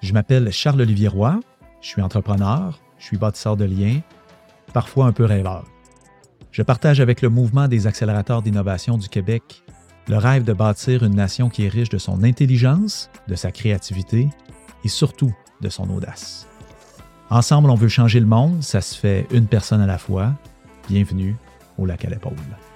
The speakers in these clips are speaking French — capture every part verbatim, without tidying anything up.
Je m'appelle Charles-Olivier Roy, je suis entrepreneur, je suis bâtisseur de liens, parfois un peu rêveur. Je partage avec le mouvement des accélérateurs d'innovation du Québec le rêve de bâtir une nation qui est riche de son intelligence, de sa créativité et surtout de son audace. Ensemble, on veut changer le monde, ça se fait une personne à la fois. Bienvenue au Lac à l'épaule.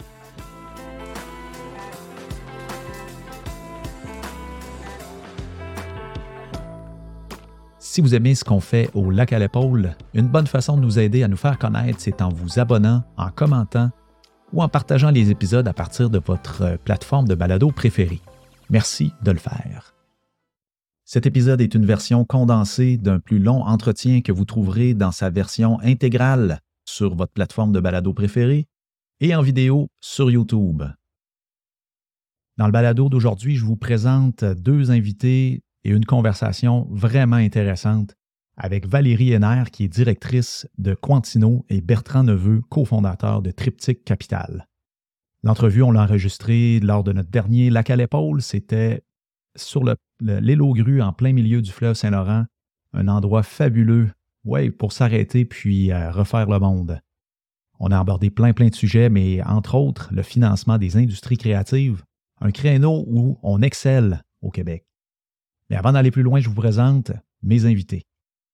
Si vous aimez ce qu'on fait au Lac à l'épaule, une bonne façon de nous aider à nous faire connaître, c'est en vous abonnant, en commentant ou en partageant les épisodes à partir de votre plateforme de balado préférée. Merci de le faire. Cet épisode est une version condensée d'un plus long entretien que vous trouverez dans sa version intégrale sur votre plateforme de balado préférée et en vidéo sur YouTube. Dans le balado d'aujourd'hui, je vous présente deux invités et une conversation vraiment intéressante avec Valérie Henner, qui est directrice de Quantino, et Bertrand Neveu, cofondateur de Triptyque Capital. L'entrevue, on l'a enregistrée lors de notre dernier Lac à l'épaule. C'était sur le, le, l'île aux grues, en plein milieu du fleuve Saint-Laurent. Un endroit fabuleux, ouais, pour s'arrêter puis euh, refaire le monde. On a abordé plein, plein de sujets, mais entre autres, le financement des industries créatives, un créneau où on excelle au Québec. Mais avant d'aller plus loin, je vous présente mes invités.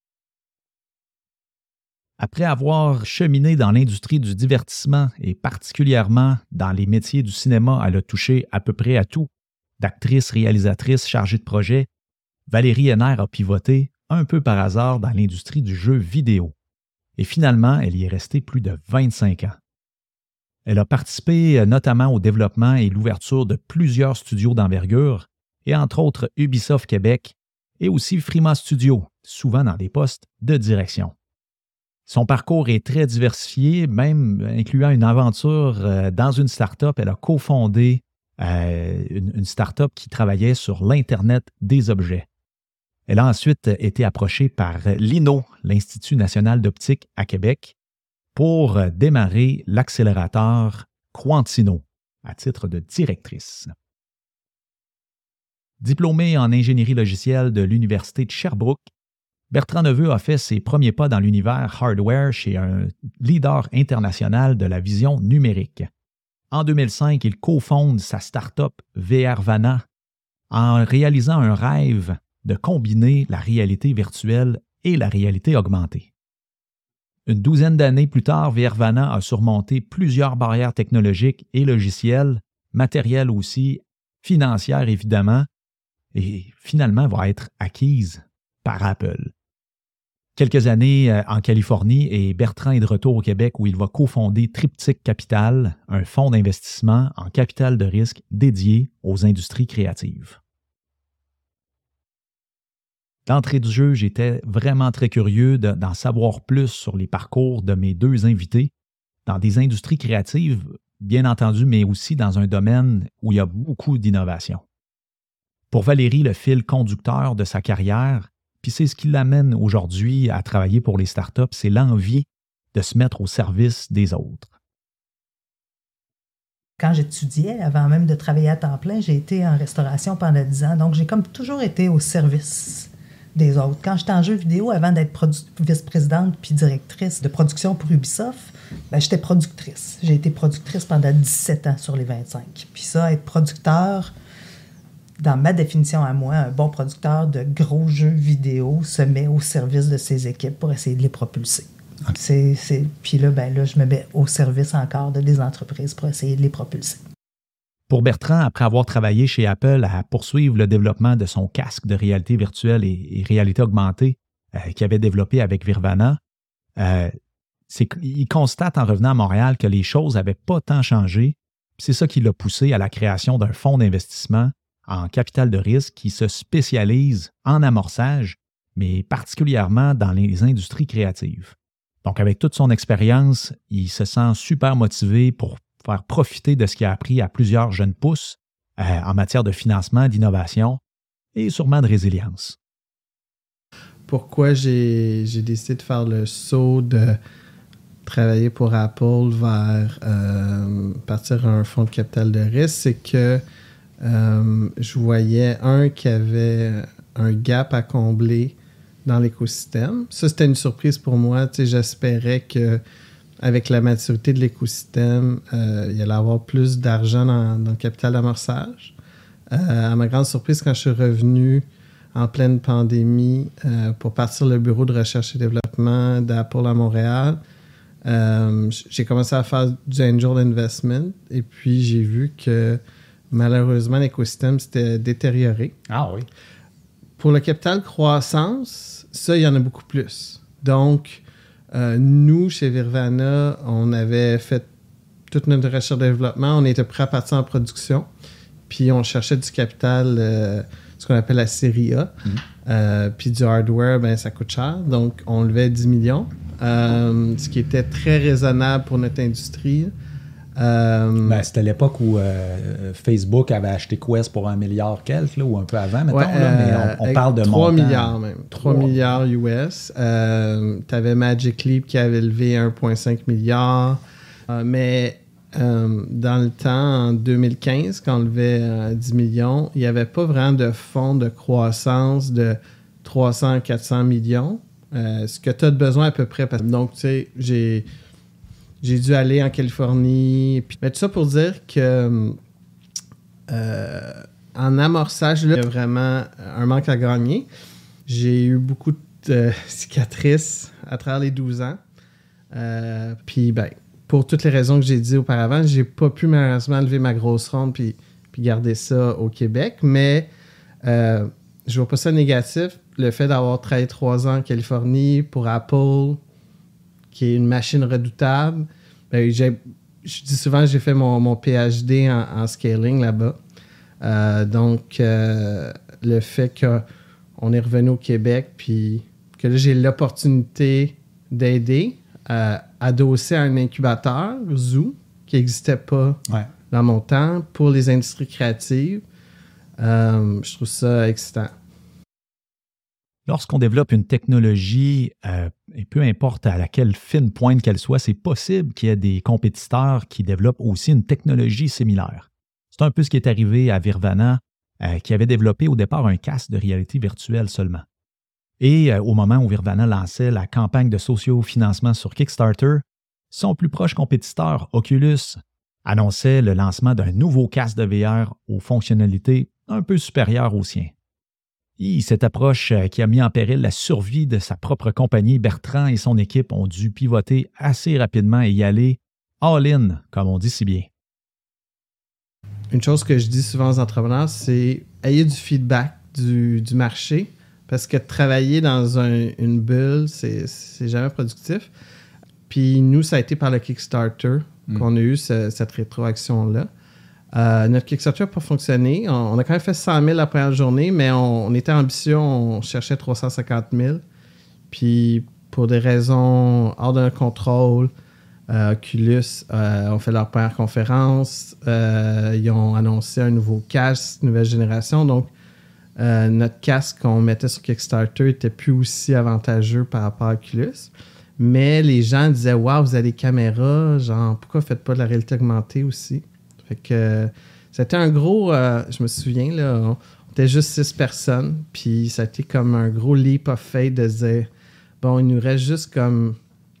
Après avoir cheminé dans l'industrie du divertissement et particulièrement dans les métiers du cinéma, elle a touché à peu près à tout. D'actrice, réalisatrice, chargée de projet, Valérie Henner a pivoté un peu par hasard dans l'industrie du jeu vidéo. Et finalement, elle y est restée plus de vingt-cinq ans. Elle a participé notamment au développement et l'ouverture de plusieurs studios d'envergure, et entre autres Ubisoft Québec et aussi Frima Studio, souvent dans des postes de direction. Son parcours est très diversifié, même incluant une aventure dans une start-up. Elle a cofondé euh, une, une start-up qui travaillait sur l'Internet des objets. Elle a ensuite été approchée par l'I N O, l'Institut national d'optique à Québec, pour démarrer l'accélérateur Quantino à titre de directrice. Diplômé en ingénierie logicielle de l'Université de Sherbrooke, Bertrand Neveu a fait ses premiers pas dans l'univers hardware chez un leader international de la vision numérique. En deux mille cinq, il cofonde sa start-up VRvana en réalisant un rêve de combiner la réalité virtuelle et la réalité augmentée. Une douzaine d'années plus tard, VRvana a surmonté plusieurs barrières technologiques et logicielles, matérielles aussi, financières évidemment, et finalement va être acquise par Apple. Quelques années en Californie et Bertrand est de retour au Québec où il va cofonder Triptyque Capital, un fonds d'investissement en capital de risque dédié aux industries créatives. D'entrée du jeu, j'étais vraiment très curieux de, d'en savoir plus sur les parcours de mes deux invités dans des industries créatives, bien entendu, mais aussi dans un domaine où il y a beaucoup d'innovation. Pour Valérie, le fil conducteur de sa carrière, puis c'est ce qui l'amène aujourd'hui à travailler pour les startups, c'est l'envie de se mettre au service des autres. Quand j'étudiais, avant même de travailler à temps plein, j'ai été en restauration pendant dix ans, donc j'ai comme toujours été au service des autres. Quand j'étais en jeu vidéo, avant d'être produ- vice-présidente puis directrice de production pour Ubisoft, ben, j'étais productrice. J'ai été productrice pendant dix-sept ans sur les vingt-cinq. Puis ça, être producteur, dans ma définition à moi, un bon producteur de gros jeux vidéo se met au service de ses équipes pour essayer de les propulser. Okay. C'est, c'est, puis là, ben là, je me mets au service encore de des entreprises pour essayer de les propulser. Pour Bertrand, après avoir travaillé chez Apple à poursuivre le développement de son casque de réalité virtuelle et, et réalité augmentée euh, qu'il avait développé avec VRvana, euh, c'est, il constate en revenant à Montréal que les choses n'avaient pas tant changé. C'est ça qui l'a poussé à la création d'un fonds d'investissement en capital de risque qui se spécialise en amorçage, mais particulièrement dans les industries créatives. Donc, avec toute son expérience, il se sent super motivé pour faire profiter de ce qu'il a appris à plusieurs jeunes pousses euh, en matière de financement, d'innovation et sûrement de résilience. Pourquoi j'ai, j'ai décidé de faire le saut de travailler pour Apple vers euh, partir à un fonds de capital de risque, c'est que euh, je voyais, un, qu'il y avait un gap à combler dans l'écosystème. Ça, c'était une surprise pour moi. Tu sais, j'espérais que avec la maturité de l'écosystème, euh, il allait y avoir plus d'argent dans, dans le capital d'amorçage. Euh, à ma grande surprise, quand je suis revenu en pleine pandémie euh, pour partir le bureau de recherche et développement d'Apple à Montréal, euh, j'ai commencé à faire du angel investment et puis j'ai vu que malheureusement, l'écosystème s'était détérioré. Ah oui. Pour le capital croissance, ça, il y en a beaucoup plus. Donc, euh, nous, chez Virvana, on avait fait toute notre recherche et développement. On était prêt à partir en production. Puis, on cherchait du capital, euh, ce qu'on appelle la série A. Mm-hmm. Euh, puis, du hardware, ben, ça coûte cher. Donc, on levait dix millions, euh, ce qui était très raisonnable pour notre industrie. Euh, ben, c'était l'époque où euh, Facebook avait acheté Quest pour un milliard quelque, là, ou un peu avant, mettons, ouais, là, mais on, on parle de trois montant. milliards même. trois milliards U S. Euh, tu avais Magic Leap qui avait levé un virgule cinq milliard. Euh, mais euh, dans le temps, en deux mille quinze, quand on levait euh, dix millions, il n'y avait pas vraiment de fonds de croissance de trois cents à quatre cents millions. Euh, ce que tu as de besoin à peu près. Donc, tu sais, j'ai... J'ai dû aller en Californie. Puis, mais tout ça pour dire que euh, en amorçage, là, il y a vraiment un manque à gagner. J'ai eu beaucoup de euh, cicatrices à travers les douze ans. Euh, puis, ben, pour toutes les raisons que j'ai dit auparavant, j'ai pas pu malheureusement lever ma grosse ronde puis, puis garder ça au Québec. Mais euh, je vois pas ça négatif. Le fait d'avoir travaillé trois ans en Californie pour Apple, qui est une machine redoutable. Ben, j'ai, je dis souvent que j'ai fait mon, mon P H D en, en scaling là-bas. Euh, donc, euh, le fait qu'on est revenu au Québec, puis que là, j'ai l'opportunité d'aider, euh, adossé à un incubateur, Zoo, qui n'existait pas ouais. dans mon temps, pour les industries créatives. Euh, je trouve ça excitant. Lorsqu'on développe une technologie, euh, et peu importe à laquelle fine pointe qu'elle soit, c'est possible qu'il y ait des compétiteurs qui développent aussi une technologie similaire. C'est un peu ce qui est arrivé à Virvana, euh, qui avait développé au départ un casque de réalité virtuelle seulement. Et euh, au moment où Virvana lançait la campagne de socio-financement sur Kickstarter, son plus proche compétiteur, Oculus, annonçait le lancement d'un nouveau casque de V R aux fonctionnalités un peu supérieures aux siens. Et cette approche qui a mis en péril la survie de sa propre compagnie, Bertrand et son équipe ont dû pivoter assez rapidement et y aller all-in, comme on dit si bien. Une chose que je dis souvent aux entrepreneurs, c'est ayez du feedback du, du marché, parce que travailler dans un, une bulle, c'est, c'est jamais productif. Puis nous, ça a été par le Kickstarter mm. qu'on a eu ce, cette rétroaction-là. Euh, notre Kickstarter n'a pas fonctionné. On, on a quand même fait cent mille la première journée, mais on, on était ambitieux, on cherchait trois cent cinquante mille. Puis, pour des raisons hors de notre contrôle, euh, Oculus euh, ont fait leur première conférence. Euh, ils ont annoncé un nouveau casque, nouvelle génération. Donc, euh, notre casque qu'on mettait sur Kickstarter n'était plus aussi avantageux par rapport à Oculus. Mais les gens disaient « Wow, vous avez des caméras, genre, pourquoi vous ne faites pas de la réalité augmentée aussi? » Fait que c'était un gros, euh, je me souviens, là, on, on était juste six personnes, puis ça a été comme un gros leap of faith de se dire, bon, il nous reste juste comme,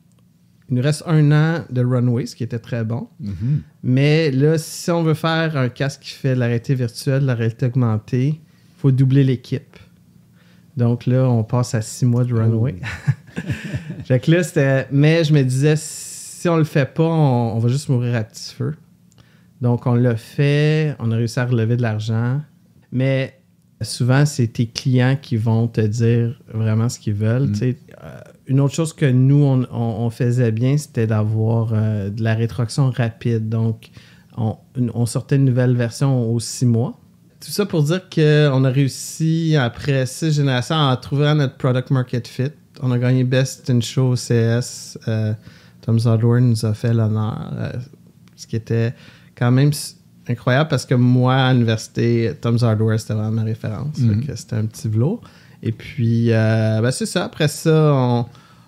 il nous reste un an de runway, ce qui était très bon. Mm-hmm. Mais là, si on veut faire un casque qui fait de la réalité virtuelle, de la réalité augmentée, il faut doubler l'équipe. Donc là, on passe à six mois de runway. Oh. Fait que là, c'était, mais je me disais, si on le fait pas, on, on va juste mourir à petit feu. Donc, on l'a fait, on a réussi à relever de l'argent, mais souvent, c'est tes clients qui vont te dire vraiment ce qu'ils veulent. Mm. Euh, une autre chose que nous, on, on, on faisait bien, c'était d'avoir euh, de la rétroaction rapide. Donc, on, on sortait une nouvelle version aux six mois. Tout ça pour dire qu'on a réussi, après six générations, à trouver notre product market fit. On a gagné Best in Show C S. Euh, Tom's Hardware nous a fait l'honneur, euh, ce qui était quand même incroyable parce que moi, à l'université, Tom's Hardware, c'était vraiment ma référence. Mm-hmm. Fait que c'était un petit velours. Et puis, euh, ben c'est ça. Après ça, on,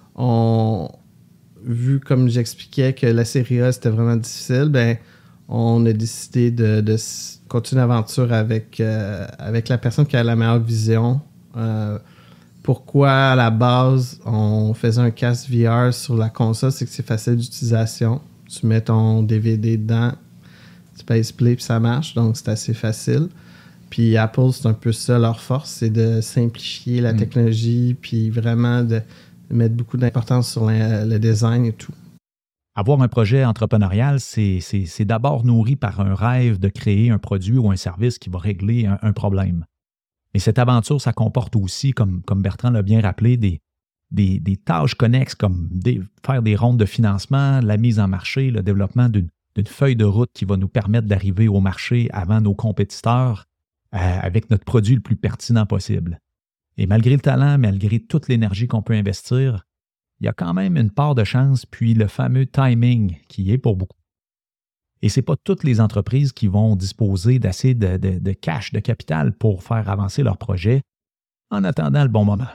on vu comme j'expliquais que la série A, c'était vraiment difficile, ben on a décidé de, de continuer l'aventure avec, euh, avec la personne qui a la meilleure vision. Euh, pourquoi à la base on faisait un casque V R sur la console, c'est que c'est facile d'utilisation. Tu mets ton D V D dedans, tu pèses play puis ça marche, donc c'est assez facile. Puis Apple, c'est un peu ça leur force, c'est de simplifier la mmh. technologie puis vraiment de mettre beaucoup d'importance sur le, le design et tout. Avoir un projet entrepreneurial, c'est, c'est, c'est d'abord nourri par un rêve de créer un produit ou un service qui va régler un, un problème. Mais cette aventure, ça comporte aussi, comme, comme Bertrand l'a bien rappelé, des, des, des tâches connexes comme des, faire des rondes de financement, la mise en marché, le développement d'une, d'une feuille de route qui va nous permettre d'arriver au marché avant nos compétiteurs euh, avec notre produit le plus pertinent possible. Et malgré le talent, malgré toute l'énergie qu'on peut investir, il y a quand même une part de chance, puis le fameux timing qui est pour beaucoup. Et ce n'est pas toutes les entreprises qui vont disposer d'assez de, de, de cash, de capital pour faire avancer leur projet en attendant le bon moment.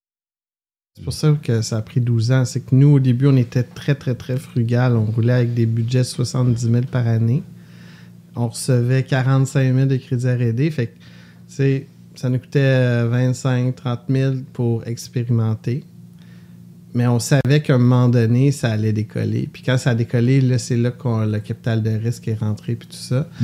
C'est pour ça que ça a pris douze ans. C'est que nous, au début, on était très, très, très frugal. On roulait avec des budgets de soixante-dix mille par année. On recevait quarante-cinq mille de crédits R et D. Fait que, tu sais, ça nous coûtait vingt-cinq à trente mille pour expérimenter. Mais on savait qu'à un moment donné, ça allait décoller. Puis quand ça a décollé, là, c'est là que le capital de risque est rentré, puis tout ça. Mm.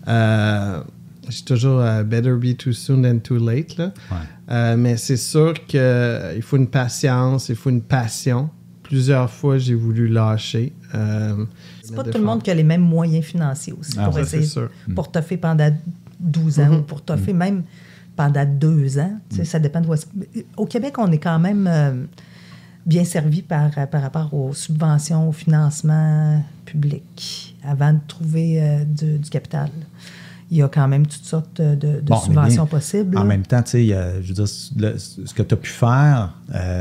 Euh, j'ai toujours uh, « better be too soon than too late ». Là. Ouais. Euh, mais c'est sûr qu'il euh, faut une patience, il faut une passion. Plusieurs fois, j'ai voulu lâcher. Euh, c'est pas tout le monde qui a les mêmes moyens financiers aussi ah, pour, ça, essayer, mm. pour toffer pendant douze ans mm-hmm. ou pour toffer mm. même pendant deux ans. Mm. Ça dépend de où... Au Québec, on est quand même... Euh, bien servi par, par rapport aux subventions, au financement public, avant de trouver euh, du, du capital. Il y a quand même toutes sortes de, de bon, subventions bien, possibles. En même temps, tu sais, je veux dire, le, ce que tu as pu faire,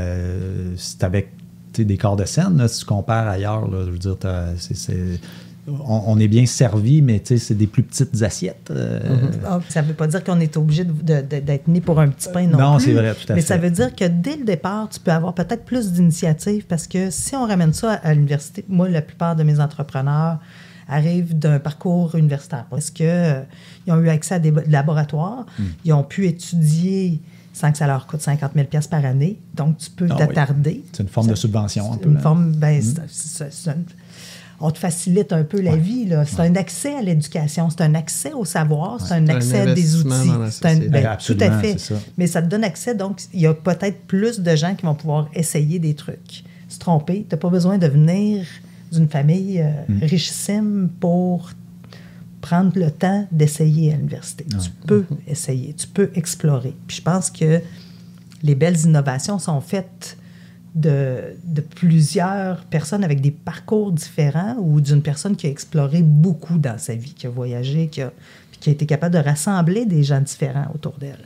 euh, c'est avec des corps de scène, là, si tu compares ailleurs, là, je veux dire, c'est... c'est On, on est bien servi, mais c'est des plus petites assiettes. Euh... Mm-hmm. Oh, ça ne veut pas dire qu'on est obligé de, de, de, d'être né pour un petit pain non, non plus. Non, c'est vrai, tout à mais fait. Ça veut dire que dès le départ, tu peux avoir peut-être plus d'initiatives parce que si on ramène ça à, à l'université, moi, la plupart de mes entrepreneurs arrivent d'un parcours universitaire parce qu'ils euh, ont eu accès à des laboratoires, mm. ils ont pu étudier sans que ça leur coûte cinquante mille dollars par année. Donc, tu peux ah, t'attarder. Oui. C'est une forme ça, de subvention un peu. Une forme, ben, mm. c'est, c'est, c'est une, on te facilite un peu la ouais. vie. Là. C'est ouais. un accès à l'éducation, c'est un accès au savoir, c'est ouais. un accès un à des outils. C'est un, ben, Absolument, tout à fait. C'est ça. Mais ça te donne accès, donc il y a peut-être plus de gens qui vont pouvoir essayer des trucs. Se tromper, tu n'as pas besoin de venir d'une famille euh, mm. richissime pour prendre le temps d'essayer à l'université. Ouais. Tu peux mm-hmm. essayer, tu peux explorer. Puis je pense que les belles innovations sont faites De, de plusieurs personnes avec des parcours différents ou d'une personne qui a exploré beaucoup dans sa vie, qui a voyagé, qui a, qui a été capable de rassembler des gens différents autour d'elle.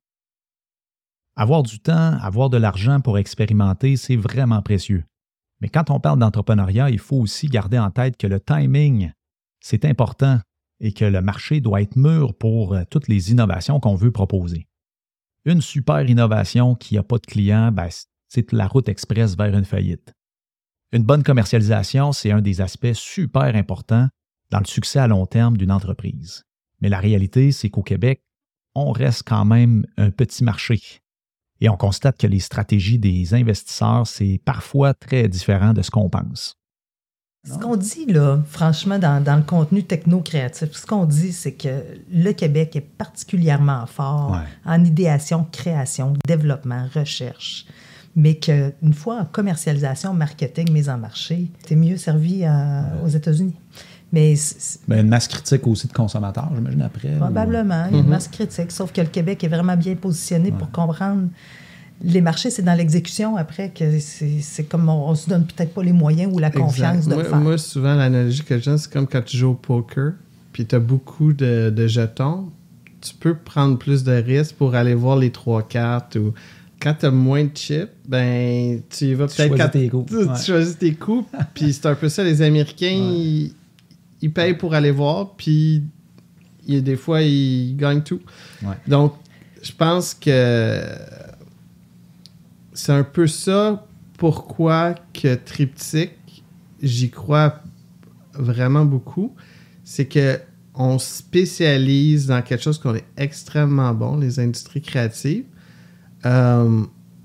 Avoir du temps, avoir de l'argent pour expérimenter, c'est vraiment précieux. Mais quand on parle d'entrepreneuriat, il faut aussi garder en tête que le timing, c'est important et que le marché doit être mûr pour toutes les innovations qu'on veut proposer. Une super innovation qui n'a pas de clients, ben, c'est la route express vers une faillite. Une bonne commercialisation, c'est un des aspects super importants dans le succès à long terme d'une entreprise. Mais la réalité, c'est qu'au Québec, on reste quand même un petit marché. Et on constate que les stratégies des investisseurs, c'est parfois très différent de ce qu'on pense. Ce qu'on dit, là, franchement, dans, dans le contenu techno-créatif, ce qu'on dit, c'est que le Québec est particulièrement fort ouais. en idéation, création, développement, recherche. Mais qu'une fois en commercialisation, marketing, mise en marché, t'es mieux servi à, ouais. aux États-Unis. Mais c'est, ben, une masse critique aussi de consommateurs, j'imagine, après. Probablement, ou... il y a une masse critique, sauf que le Québec est vraiment bien positionné ouais. pour comprendre. Les marchés, c'est dans l'exécution après que c'est, c'est comme on ne se donne peut-être pas les moyens ou la exact. Confiance de moi, le faire. Moi, souvent, l'analogie que je donne, c'est comme quand tu joues au poker, puis tu as beaucoup de, de jetons, tu peux prendre plus de risques pour aller voir les trois cartes ou... Quand tu as moins de chips, ben, tu y vas tu peut-être... Choisis quand tes coups. Tu, ouais. tu choisis tes coups, puis c'est un peu ça, les Américains, ouais. ils, ils payent pour aller voir, puis il, des fois, ils gagnent tout. Ouais. Donc, je pense que c'est un peu ça pourquoi que Triptyque, j'y crois vraiment beaucoup, c'est que on spécialise dans quelque chose qu'on est extrêmement bon, les industries créatives. Euh,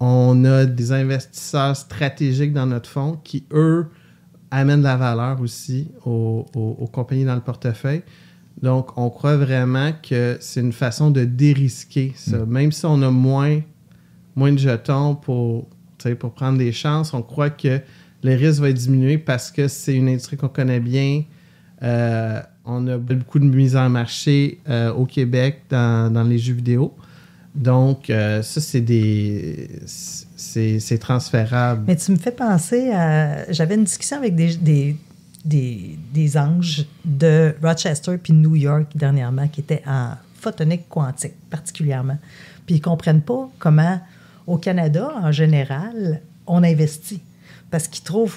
On a des investisseurs stratégiques dans notre fonds qui, eux, amènent de la valeur aussi aux, aux, aux compagnies dans le portefeuille. Donc, on croit vraiment que c'est une façon de dérisquer ça. Mm. Même si on a moins, moins de jetons pour, pour prendre des chances, on croit que le risque va diminuer parce que c'est une industrie qu'on connaît bien. Euh, on a beaucoup de mise en marché euh, au Québec dans, dans les jeux vidéo. Donc, euh, ça, c'est des... C'est, c'est transférable. Mais tu me fais penser à... J'avais une discussion avec des, des, des, des anges de Rochester puis New York dernièrement qui étaient en photonique quantique particulièrement. Puis ils ne comprennent pas comment, au Canada, en général, on investit. Parce qu'ils trouvent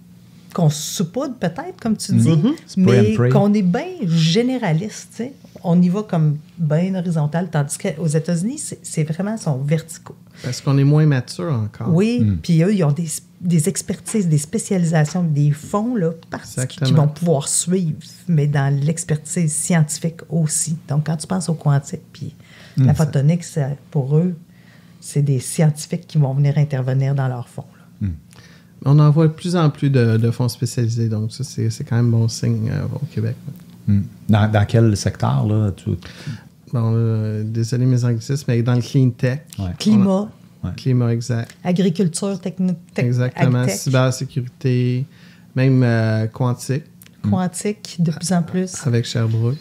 qu'on saupoudre peut-être, comme tu dis, mm-hmm. mais qu'on est bien généraliste, tu sais. On y va comme bien horizontal, tandis qu'aux États-Unis, c'est, c'est vraiment, ils sont verticaux. Parce qu'on est moins mature encore. Oui, mm. puis eux, ils ont des, des expertises, des spécialisations, des fonds là, qui vont pouvoir suivre, mais dans l'expertise scientifique aussi. Donc, quand tu penses au quantique, puis mm, la photonique, ça, pour eux, c'est des scientifiques qui vont venir intervenir dans leurs fonds. Là. Mm. On en voit de plus en plus de, de fonds spécialisés, donc ça, c'est, c'est quand même bon signe euh, au Québec. Mm. Dans, dans quel secteur, là? Tu... Bon, euh, désolé mes anglicismes, mais dans le clean tech. Ouais. Climat. A, ouais. Climat, exact. Agriculture, technique. Tec- Exactement. agtech. Cybersécurité, même euh, quantique. Quantique, de plus en plus. Avec Sherbrooke.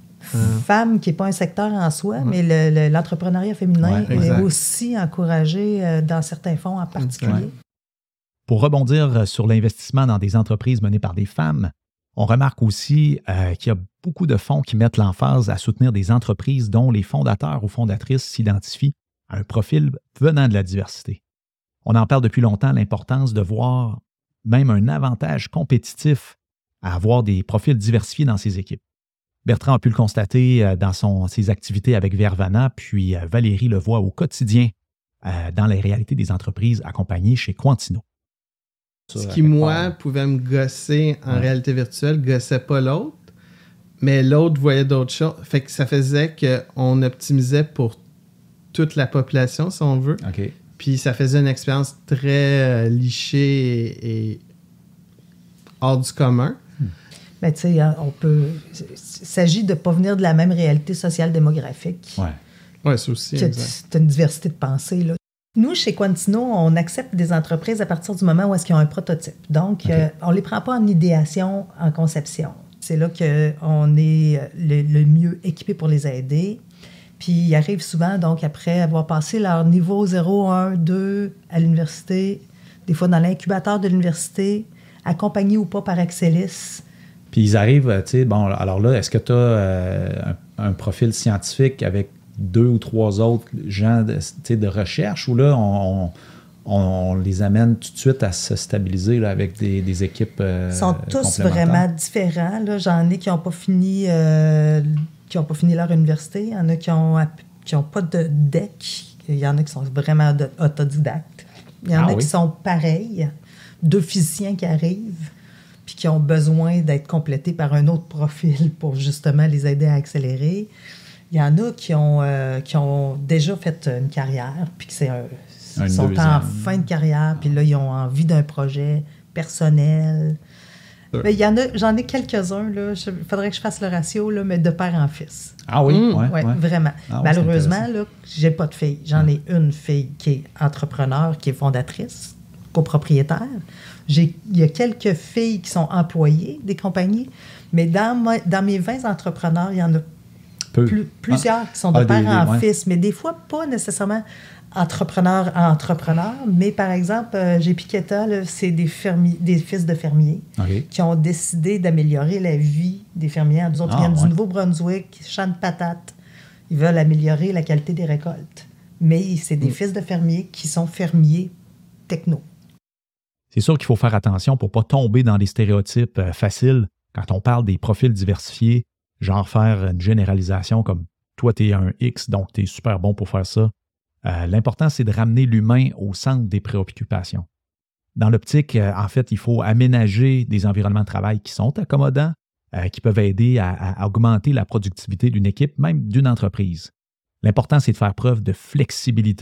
Femme, qui n'est pas un secteur en soi, ouais. mais le, le, l'entrepreneuriat féminin ouais, est aussi encouragé euh, dans certains fonds en particulier. Ouais. Pour rebondir sur l'investissement dans des entreprises menées par des femmes, on remarque aussi euh, qu'il y a beaucoup de fonds qui mettent l'emphase à soutenir des entreprises dont les fondateurs ou fondatrices s'identifient à un profil venant de la diversité. On en parle depuis longtemps, l'importance de voir même un avantage compétitif à avoir des profils diversifiés dans ses équipes. Bertrand a pu le constater euh, dans son, ses activités avec Vervana, puis euh, Valérie le voit au quotidien euh, dans les réalités des entreprises accompagnées chez Quantino. Ce qui, moi, pouvait me gosser en ouais. réalité virtuelle, gossait pas l'autre, mais l'autre voyait d'autres choses. Fait que ça faisait qu'on optimisait pour toute la population, si on veut. Okay. Puis ça faisait une expérience très euh, lichée et, et hors du commun. Hmm. Ben, tu sais, on peut... Il s'agit de ne pas venir de la même réalité sociale démographique. Oui, ouais, c'est aussi exact. Tu as une diversité de pensée, là. Nous, chez Quantino, on accepte des entreprises à partir du moment où est-ce qu'ils ont un prototype. Donc, okay. euh, on ne les prend pas en idéation, en conception. C'est là qu'on est le, le mieux équipé pour les aider. Puis, ils arrivent souvent, donc, après avoir passé leur niveau zéro, un, deux à l'université, des fois dans l'incubateur de l'université, accompagnés ou pas par Excelis. Puis, ils arrivent, tu sais, bon, alors là, est-ce que tu as euh, un, un profil scientifique avec deux ou trois autres gens de, de recherche, ou là, on, on, on les amène tout de suite à se stabiliser là, avec des, des équipes euh, Ils sont tous vraiment différents. Là. J'en ai qui n'ont pas fini euh, qui ont pas fini leur université. Il y en a qui n'ont qui ont pas de D E C. Il y en a qui sont vraiment de, autodidactes. Il y en ah, a oui. qui sont pareils. Deux physiciens qui arrivent puis qui ont besoin d'être complétés par un autre profil pour justement les aider à accélérer. Il y en a qui ont, euh, qui ont déjà fait une carrière, puis qui un, sont deuxième. En fin de carrière, puis là, ils ont envie d'un projet personnel. Mais il y en a, j'en ai quelques-uns, là. Il faudrait que je fasse le ratio, là, mais de père en fils. Ah oui? Mmh, ouais, ouais, ouais. Vraiment. Ah, malheureusement, là, j'ai pas de fille. J'en mmh. ai une fille qui est entrepreneur, qui est fondatrice, copropriétaire. J'ai, il y a quelques filles qui sont employées des compagnies, mais dans, ma, dans mes vingt entrepreneurs, il y en a Plus, plusieurs ah. qui sont de ah, père des, en des, fils, ouais. mais des fois pas nécessairement entrepreneur à entrepreneur, mais par exemple, euh, j'ai Piquetta, là, c'est des, fermiers, des fils de fermiers okay. qui ont décidé d'améliorer la vie des fermiers. Nous autres, ah, viennent ouais. du Nouveau-Brunswick, champs de patates. Ils veulent améliorer la qualité des récoltes. Mais c'est des mm. fils de fermiers qui sont fermiers techno. C'est sûr qu'il faut faire attention pour ne pas tomber dans des stéréotypes euh, faciles quand on parle des profils diversifiés. Genre faire une généralisation comme toi, tu es un X, donc tu es super bon pour faire ça. Euh, l'important, c'est de ramener l'humain au centre des préoccupations. Dans l'optique, euh, en fait, il faut aménager des environnements de travail qui sont accommodants, euh, qui peuvent aider à, à augmenter la productivité d'une équipe, même d'une entreprise. L'important, c'est de faire preuve de flexibilité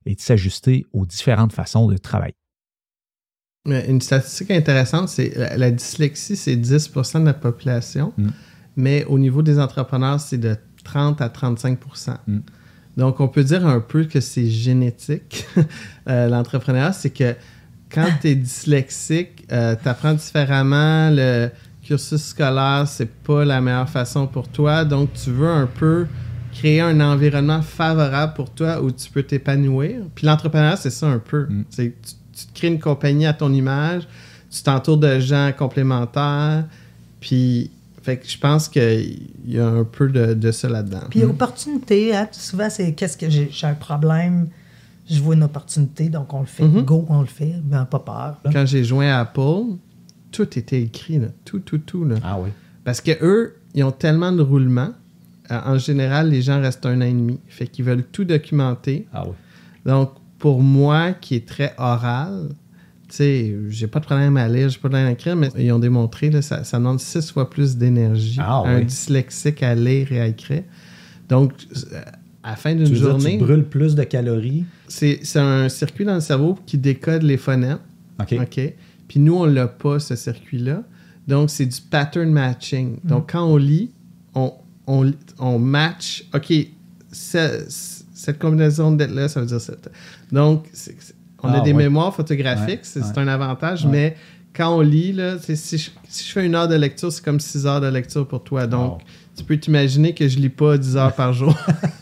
et de s'ajuster aux différentes façons de travailler. Une statistique intéressante, c'est la, la dyslexie, c'est dix pour cent de la population, mm. mais au niveau des entrepreneurs, c'est de trente à trente-cinq pour cent. Mm. Donc, on peut dire un peu que c'est génétique. euh, l'entrepreneuriat, c'est que quand tu es dyslexique, euh, tu apprends différemment, le cursus scolaire, c'est pas la meilleure façon pour toi. Donc, tu veux un peu créer un environnement favorable pour toi où tu peux t'épanouir. Puis l'entrepreneuriat, c'est ça un peu. Mm. C'est, tu, tu te crées une compagnie à ton image, tu t'entoures de gens complémentaires, puis... Fait que je pense qu'il y a un peu de, de ça là-dedans. Puis, opportunité, hein, souvent, c'est qu'est-ce que j'ai, j'ai un problème, je vois une opportunité, donc on le fait. Mm-hmm. Go, on le fait, ben, pas peur. Là. Quand j'ai joint à Apple, tout était écrit, là. Tout, tout, tout. Là. Ah oui. Parce qu'eux, ils ont tellement de roulements. Euh, en général, les gens restent un an et demi. Fait qu'ils veulent tout documenter. Ah oui. Donc, pour moi, qui est très oral... Tu sais, j'ai pas de problème à lire, j'ai pas de problème à écrire, mais ils ont démontré que ça, ça demande six fois plus d'énergie ah, à un oui. dyslexique à lire et à écrire. Donc, à la fin d'une tu journée... Dire, tu brûles plus de calories? C'est, c'est un circuit dans le cerveau qui décode les phonèmes. OK. OK. Puis nous, on l'a pas, ce circuit-là. Donc, c'est du pattern matching. Mm. Donc, quand on lit, on, on, on match... OK, ce, cette combinaison de lettres-là, ça veut dire ça. Donc, c'est... c'est On ah, a des ouais. mémoires photographiques, ouais, c'est, ouais. c'est un avantage, ouais. mais quand on lit, là, si, je, si je fais une heure de lecture, c'est comme six heures de lecture pour toi. Donc, oh. tu peux t'imaginer que je lis pas dix heures par jour.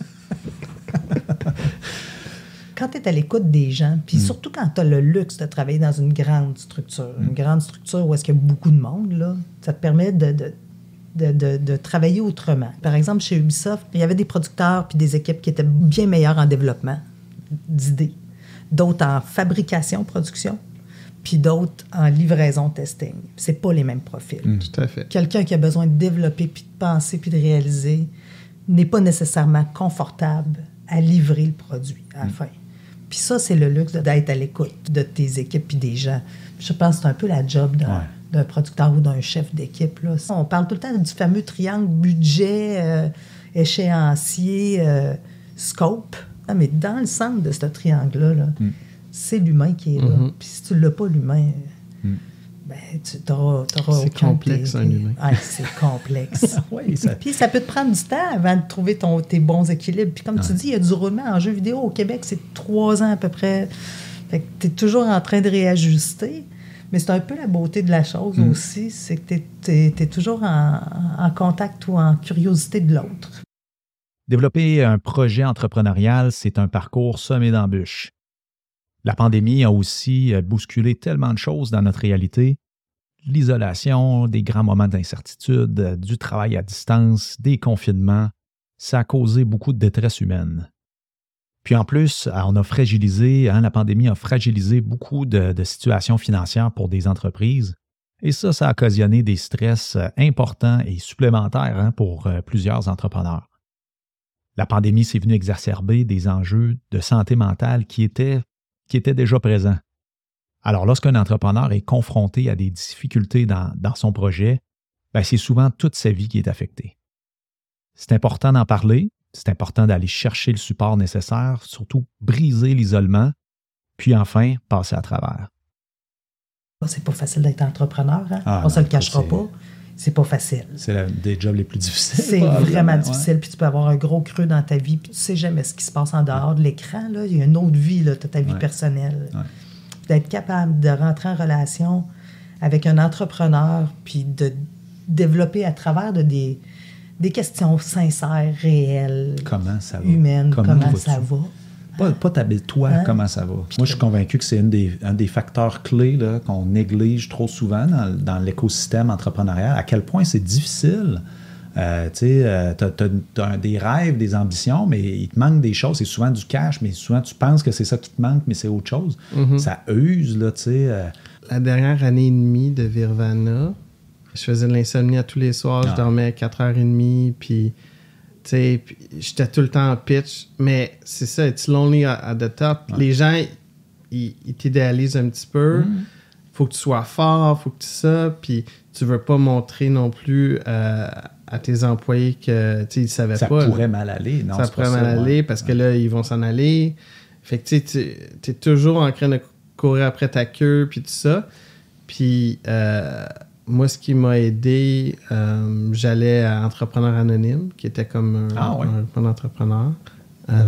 Quand tu es à l'écoute des gens, puis mm. surtout quand tu as le luxe de travailler dans une grande structure, mm. une grande structure où est-ce qu'il y a beaucoup de monde, là, ça te permet de, de, de, de, de travailler autrement. Par exemple, chez Ubisoft, il y avait des producteurs puis des équipes qui étaient bien meilleurs en développement d'idées. D'autres en fabrication, production, puis d'autres en livraison, testing. C'est pas les mêmes profils. Mmh, tout à fait. Quelqu'un qui a besoin de développer, puis de penser, puis de réaliser, n'est pas nécessairement confortable à livrer le produit à la mmh. fin. Puis ça, c'est le luxe d'être à l'écoute de tes équipes puis des gens. Je pense que c'est un peu la job d'un, ouais. d'un producteur ou d'un chef d'équipe. Là. On parle tout le temps du fameux triangle budget, euh, échéancier, euh, scope. Ah, mais dans le centre de ce triangle-là, là, mm. c'est l'humain qui est là. Mm-hmm. Puis si tu ne l'as pas, l'humain, mm. ben, tu auras... C'est complexe, un humain. Ah, c'est complexe. oui, ça... Puis ça peut te prendre du temps avant de trouver ton, tes bons équilibres. Puis comme ouais. tu dis, il y a du roulement en jeu vidéo. Au Québec, c'est trois ans à peu près. Fait que tu es toujours en train de réajuster. Mais c'est un peu la beauté de la chose mm. aussi, c'est que tu es toujours en, en contact ou en curiosité de l'autre. Développer un projet entrepreneurial, c'est un parcours semé d'embûches. La pandémie a aussi bousculé tellement de choses dans notre réalité. L'isolation, des grands moments d'incertitude, du travail à distance, des confinements, ça a causé beaucoup de détresse humaine. Puis en plus, on a fragilisé, hein, la pandémie a fragilisé beaucoup de, de situations financières pour des entreprises. Et ça, ça a occasionné des stress importants et supplémentaires hein, pour euh, plusieurs entrepreneurs. La pandémie s'est venue exacerber des enjeux de santé mentale qui étaient, qui étaient déjà présents. Alors, lorsqu'un entrepreneur est confronté à des difficultés dans, dans son projet, bien, c'est souvent toute sa vie qui est affectée. C'est important d'en parler, c'est important d'aller chercher le support nécessaire, surtout briser l'isolement, puis enfin passer à travers. C'est pas facile d'être entrepreneur, hein? Ah, on ne se le cachera c'est... pas. C'est pas facile. C'est la, des jobs les plus difficiles. C'est vraiment difficile. Ouais. Puis tu peux avoir un gros creux dans ta vie, puis tu sais jamais ce qui se passe en dehors de l'écran. Là. Il y a une autre vie, tu as ta vie ouais. personnelle. Ouais. D'être capable de rentrer en relation avec un entrepreneur, puis de développer à travers de des, des questions sincères, réelles, comment ça va? Humaines, comment, comment ça va. Pas, pas t'habiller, toi, hein? Comment ça va? Moi, je suis convaincu que c'est une des, un des facteurs clés là, qu'on néglige trop souvent dans, dans l'écosystème entrepreneurial. À quel point c'est difficile. Euh, tu sais, euh, t'as, t'as, t'as des rêves, des ambitions, mais il te manque des choses. C'est souvent du cash, mais souvent tu penses que c'est ça qui te manque, mais c'est autre chose. Mm-hmm. Ça use, là, tu sais. Euh... La dernière année et demie de Virvana, je faisais de l'insomnie à tous les soirs. Ah. Je dormais à quatre heures trente, puis... Tu sais, j'étais tout le temps en pitch, mais c'est ça, it's lonely at the top. Ouais. Les gens, ils, ils t'idéalisent un petit peu. Mm. Faut que tu sois fort, faut que tu ça, puis tu veux pas montrer non plus euh, à tes employés que, tu sais, ils savaient ça pas. Ça pourrait là. mal aller, non? Ça c'est pourrait pas mal ça, aller ouais. parce ouais. que là, ils vont s'en aller. Fait que tu es toujours en train de courir après ta queue, puis tout ça. Puis euh, moi, ce qui m'a aidé, euh, j'allais à Entrepreneur Anonyme, qui était comme un, ah, ouais. un, un entrepreneur. Euh,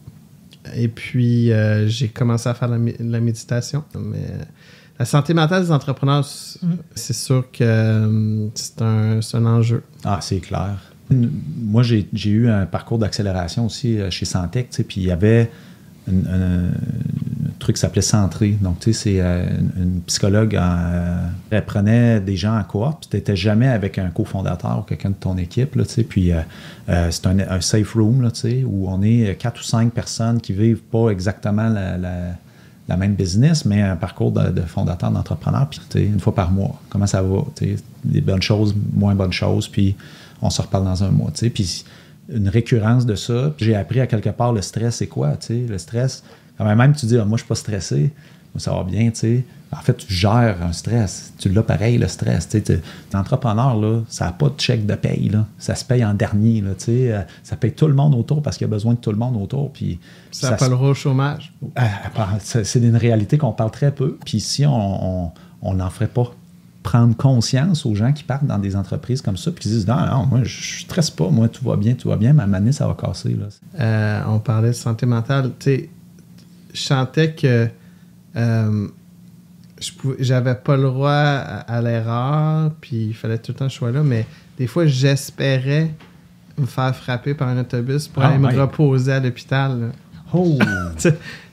et puis, euh, j'ai commencé à faire la, la méditation. Mais la santé mentale des entrepreneurs, mm. c'est sûr que euh, c'est, un, c'est un enjeu. Ah, c'est clair. Moi, j'ai, j'ai eu un parcours d'accélération aussi chez Santec, tu sais, puis il y avait un, un, un truc qui s'appelait Centré. Donc, tu sais, c'est euh, une, une psychologue, en, elle prenait des gens en cohorte, puis tu n'étais jamais avec un cofondateur ou quelqu'un de ton équipe, là, tu sais, puis euh, euh, c'est un, un safe room, là, tu sais, où on est quatre ou cinq personnes qui vivent pas exactement la, la, la même business, mais un parcours de, de fondateur, d'entrepreneur, puis tu sais, une fois par mois, comment ça va, tu sais, des bonnes choses, moins bonnes choses, puis on se reparle dans un mois, tu sais, puis une récurrence de ça. Puis j'ai appris à quelque part le stress, c'est quoi, tu sais, le stress. Quand même, tu dis, ah, moi, je suis pas stressé, moi, ça va bien, tu sais. En fait, tu gères un stress. Tu l'as pareil, le stress, tu sais. T'es entrepreneur, là, ça n'a pas de chèque de paye, là. Ça se paye en dernier, là, tu sais. Ça paye tout le monde autour parce qu'il y a besoin de tout le monde autour, puis... Ça n'a pas le rôle chômage. C'est une réalité qu'on parle très peu, puis si on n'en ferait pas prendre conscience aux gens qui partent dans des entreprises comme ça puis qui disent « Non, non, moi, je ne stresse pas. Moi, tout va bien, tout va bien. Mais à un moment donné, ça va casser. » là. Euh, on parlait de santé mentale. Tu sais, je sentais que euh, je pouvais, j'avais pas le droit à, à l'erreur puis il fallait tout le temps que je sois là. Mais des fois, j'espérais me faire frapper par un autobus pour oh, aller me reposer à l'hôpital. Là. Oh! tu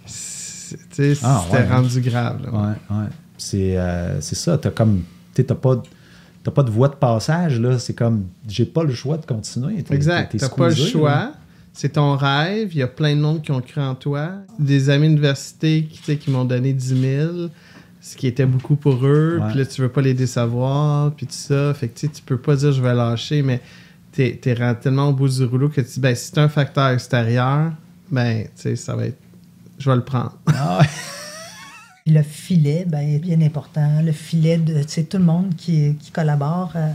sais, ah, c'était ouais, rendu grave. Là, ouais, ouais. C'est, euh, c'est ça. T'as comme... Tu n'as pas, pas de voie de passage, là. C'est comme, j'ai pas le choix de continuer. T'es, exact. Tu n'as pas le choix. Là. C'est ton rêve. Il y a plein de monde qui ont cru en toi. Des amis d'université qui, qui m'ont donné dix mille, ce qui était beaucoup pour eux. Ouais. Puis là, tu veux pas les décevoir, puis tout ça. Fait que tu peux pas dire je vais lâcher, mais tu es tellement au bout du rouleau que tu dis, ben, si c'est un facteur extérieur, ben, tu sais, ça va être... Je vais le prendre. Ah ouais. Le filet, bien, bien important. Le filet de tout le monde qui, qui collabore euh,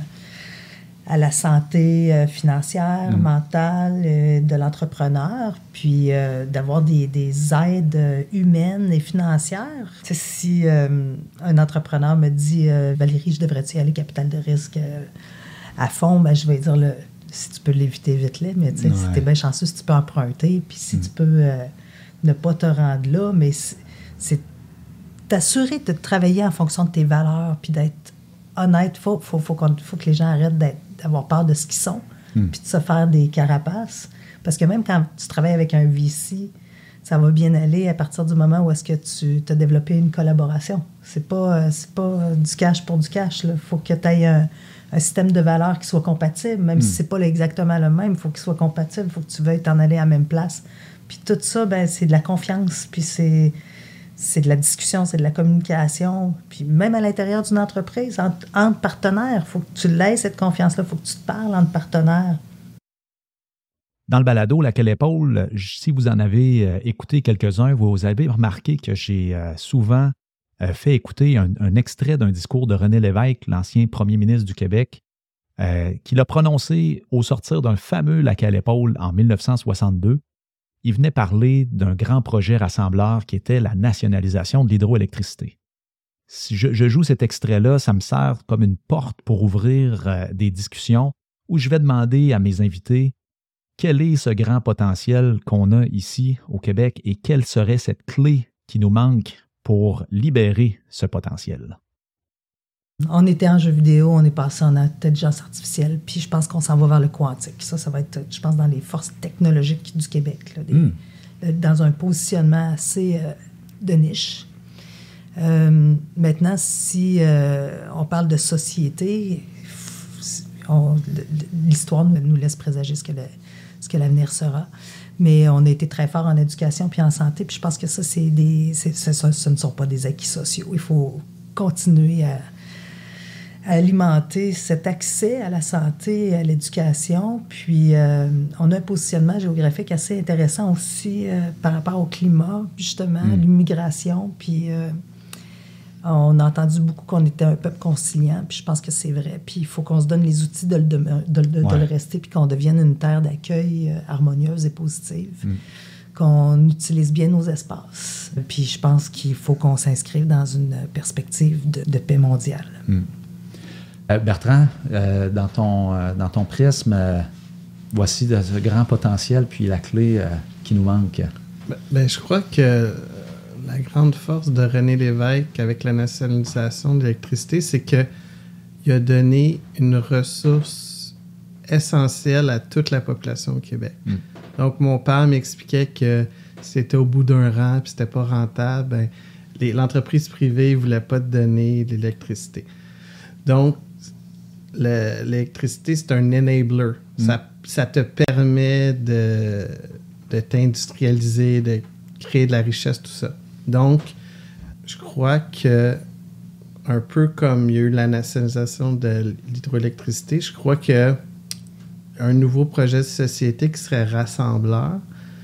à la santé euh, financière, mmh. mentale euh, de l'entrepreneur, puis euh, d'avoir des, des aides humaines et financières. T'sais, si euh, un entrepreneur me dit euh, « Valérie, je devrais-tu aller capital de risque euh, à fond? » Ben, je vais dire le, si tu peux l'éviter, vite-le, mais ouais. Si tu es bien chanceux, si tu peux emprunter, puis si mmh. tu peux euh, ne pas te rendre là, mais c'est, c'est t'assurer de travailler en fonction de tes valeurs puis d'être honnête. Il faut, faut, faut, qu'on, faut que les gens arrêtent d'avoir peur de ce qu'ils sont mm. puis de se faire des carapaces. Parce que même quand tu travailles avec un V C, ça va bien aller à partir du moment où est-ce que tu as développé une collaboration. C'est pas, c'est pas du cash pour du cash. Il faut que tu aies un, un système de valeurs qui soit compatible. Même mm. si c'est pas exactement le même, il faut qu'il soit compatible. Il faut que tu veuilles t'en aller à la même place. Puis tout ça, ben, c'est de la confiance. Puis c'est... C'est de la discussion, c'est de la communication. Puis même à l'intérieur d'une entreprise, entre, entre partenaires, il faut que tu laisses cette confiance-là, il faut que tu te parles entre partenaires. Dans le balado Laquelle épaule, si vous en avez écouté quelques-uns, vous avez remarqué que j'ai souvent fait écouter un, un extrait d'un discours de René Lévesque, l'ancien premier ministre du Québec, euh, qu'il a prononcé au sortir d'un fameux Laquelle épaule en dix-neuf cent soixante-deux. Il venait parler d'un grand projet rassembleur qui était la nationalisation de l'hydroélectricité. Si je, je joue cet extrait-là, ça me sert comme une porte pour ouvrir euh, des discussions où je vais demander à mes invités quel est ce grand potentiel qu'on a ici au Québec et quelle serait cette clé qui nous manque pour libérer ce potentiel. On était en jeu vidéo, on est passé en intelligence artificielle, puis je pense qu'on s'en va vers le quantique. Ça, ça va être, je pense, dans les forces technologiques du Québec, là, des, mm. dans un positionnement assez euh, de niche. Euh, maintenant, si euh, on parle de société, on, l'histoire nous laisse présager ce que, le, ce que l'avenir sera. Mais on a été très fort en éducation puis en santé, puis je pense que ça, c'est des, c'est, ce, ce ne sont pas des acquis sociaux. Il faut continuer à alimenter cet accès à la santé et à l'éducation. Puis, euh, on a un positionnement géographique assez intéressant aussi euh, par rapport au climat, justement, mm. l'immigration. Puis, euh, on a entendu beaucoup qu'on était un peuple conciliant, puis je pense que c'est vrai. Puis, il faut qu'on se donne les outils de le, de, de, de, ouais. de le rester, puis qu'on devienne une terre d'accueil euh, harmonieuse et positive. Mm. qu'on utilise bien nos espaces. Puis je pense qu'il faut qu'on s'inscrive dans une perspective de, de paix mondiale. Mm. Euh, Bertrand, euh, dans, ton, euh, dans ton prisme, euh, voici de ce grand potentiel, puis la clé euh, qui nous manque. Ben, ben, je crois que la grande force de René Lévesque avec la nationalisation de l'électricité, c'est qu'il a donné une ressource essentielle à toute la population au Québec. Mm. Donc, mon père m'expliquait que c'était au bout d'un rang puis c'était pas rentable. Ben, les, l'entreprise privée ne voulait pas te donner de l'électricité. Donc, le, l'électricité, c'est un enabler. Mm. Ça, ça te permet de, de t'industrialiser, de créer de la richesse, tout ça. Donc, je crois que, un peu comme il y a eu la nationalisation de l'hydroélectricité, je crois que un nouveau projet de société qui serait rassembleur,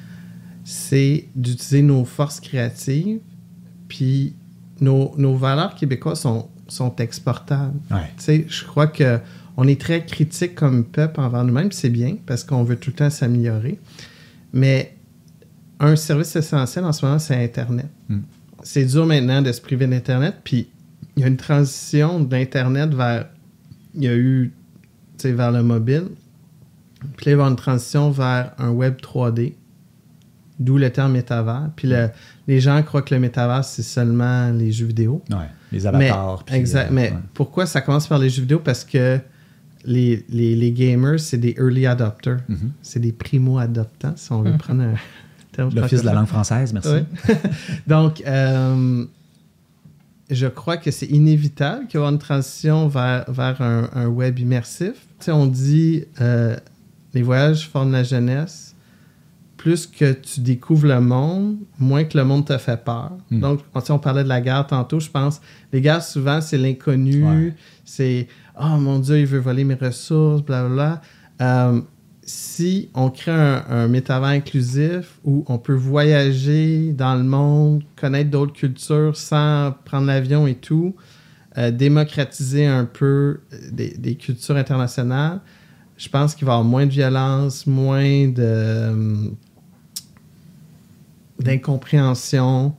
c'est d'utiliser nos forces créatives, puis nos, nos valeurs québécoises sont, sont exportables. Ouais. Tu sais, je crois qu'on est très critique comme peuple envers nous-mêmes, puis c'est bien, parce qu'on veut tout le temps s'améliorer. Mais un service essentiel en ce moment, c'est Internet. Mm. C'est dur maintenant de se priver d'Internet, puis il y a une transition d'Internet vers... Il y a eu, tu sais, vers le mobile. Puis là, il va y avoir une transition vers un web trois D, d'où le terme métavers. Puis le, les gens croient que le métavers, c'est seulement les jeux vidéo. Oui, les avatars. Mais, exact. Euh, mais ouais. Pourquoi ça commence par les jeux vidéo? Parce que les, les, les gamers, c'est des early adopters. Mm-hmm. C'est des primo-adoptants, si on veut mm-hmm. prendre un terme. L'Office de la langue française, merci. Oui. Donc, euh, je crois que c'est inévitable qu'il y ait une transition vers, vers un, un web immersif. Tu sais, on dit... Euh, les voyages forment la jeunesse. Plus que tu découvres le monde, moins que le monde te fait peur. Mm. Donc, on, on parlait de la guerre tantôt, je pense. Les guerres, souvent, c'est l'inconnu. Ouais. C'est « Oh mon Dieu, il veut voler mes ressources, blablabla. Euh, » Si on crée un, un métavers inclusif où on peut voyager dans le monde, connaître d'autres cultures sans prendre l'avion et tout, euh, démocratiser un peu des, des cultures internationales, je pense qu'il va y avoir moins de violence, moins de, euh, d'incompréhension.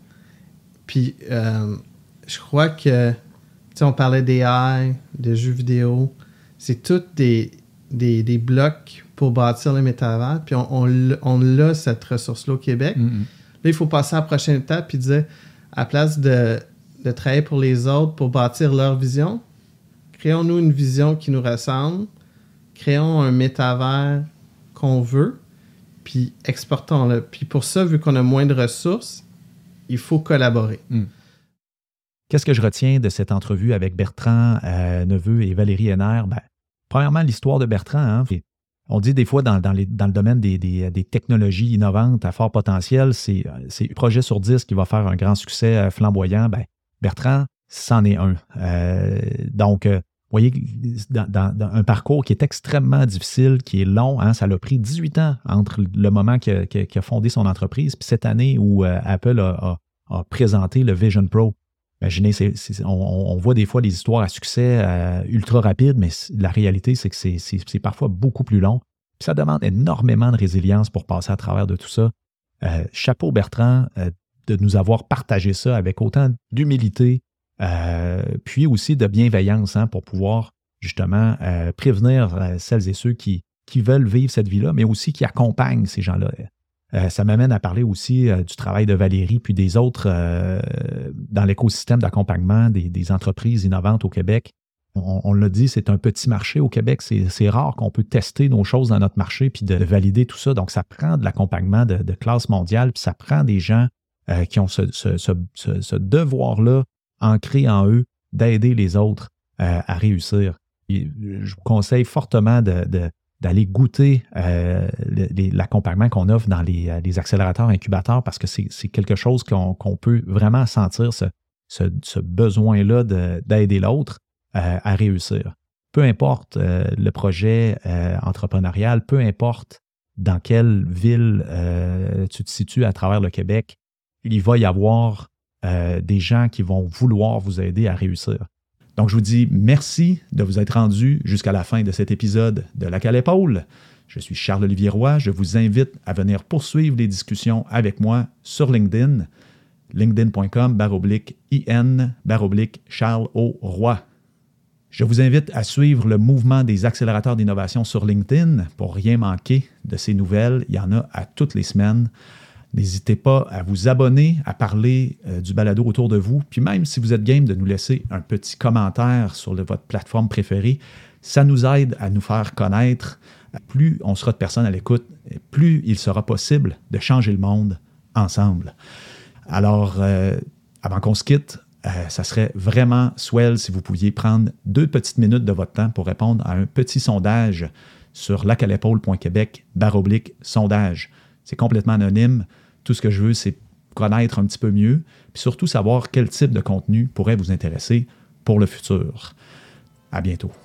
Puis, euh, je crois que, tu sais, on parlait d'A I, de jeux vidéo. C'est tous des, des, des blocs pour bâtir le métavers. Puis, on, on, on a cette ressource-là au Québec. Mm-hmm. Là, il faut passer à la prochaine étape puis dire, à la place de, de travailler pour les autres, pour bâtir leur vision, créons-nous une vision qui nous ressemble. Créons un métavers qu'on veut, puis exportons-le. Puis pour ça, vu qu'on a moins de ressources, il faut collaborer. Mm. Qu'est-ce que je retiens de cette entrevue avec Bertrand euh, Neveu et Valérie Henner? Ben, premièrement, l'histoire de Bertrand. Hein, on dit des fois dans, dans, les, dans le domaine des, des, des technologies innovantes à fort potentiel, c'est, c'est un projet sur dix qui va faire un grand succès flamboyant. Ben, Bertrand, c'en est un. Euh, donc, euh, vous voyez, dans, dans, dans un parcours qui est extrêmement difficile, qui est long, hein, ça l'a pris dix-huit ans entre le moment qu'il a, qu'il a fondé son entreprise puis cette année où euh, Apple a, a, a présenté le Vision Pro. Imaginez, c'est, c'est, on, on voit des fois des histoires à succès euh, ultra rapides, mais la réalité, c'est que c'est, c'est, c'est parfois beaucoup plus long. Puis ça demande énormément de résilience pour passer à travers de tout ça. Euh, chapeau Bertrand euh, de nous avoir partagé ça avec autant d'humilité, Euh, puis aussi de bienveillance hein, pour pouvoir justement euh, prévenir euh, celles et ceux qui, qui veulent vivre cette vie-là, mais aussi qui accompagnent ces gens-là. Euh, ça m'amène à parler aussi euh, du travail de Valérie puis des autres euh, dans l'écosystème d'accompagnement des, des entreprises innovantes au Québec. On, on l'a dit, c'est un petit marché au Québec. C'est, c'est rare qu'on peut tester nos choses dans notre marché puis de, de valider tout ça. Donc, ça prend de l'accompagnement de, de classe mondiale puis ça prend des gens euh, qui ont ce, ce, ce, ce, ce devoir-là ancré en eux, d'aider les autres euh, à réussir. Et je vous conseille fortement de, de, d'aller goûter euh, le, les, l'accompagnement qu'on offre dans les, les accélérateurs incubateurs parce que c'est, c'est quelque chose qu'on, qu'on peut vraiment sentir, ce, ce, ce besoin-là de, d'aider l'autre euh, à réussir. Peu importe euh, le projet euh, entrepreneurial, peu importe dans quelle ville euh, tu te situes à travers le Québec, il va y avoir Euh, des gens qui vont vouloir vous aider à réussir. Donc, je vous dis merci de vous être rendu jusqu'à la fin de cet épisode de Lac à l'épaule. Je suis Charles-Olivier Roy. Je vous invite à venir poursuivre les discussions avec moi sur LinkedIn, linkedin.com baroblique IN baroblique Charles O. Roy. Je vous invite à suivre le mouvement des accélérateurs d'innovation sur LinkedIn pour rien manquer de ces nouvelles. Il y en a à toutes les semaines. N'hésitez pas à vous abonner, à parler euh, du balado autour de vous. Puis même si vous êtes game de nous laisser un petit commentaire sur le, votre plateforme préférée, ça nous aide à nous faire connaître. Plus on sera de personnes à l'écoute, plus il sera possible de changer le monde ensemble. Alors, euh, avant qu'on se quitte, euh, ça serait vraiment swell si vous pouviez prendre deux petites minutes de votre temps pour répondre à un petit sondage sur lac à l'épaule point québec baroblique sondage. C'est complètement anonyme. Tout ce que je veux, c'est connaître un petit peu mieux, puis surtout savoir quel type de contenu pourrait vous intéresser pour le futur. À bientôt.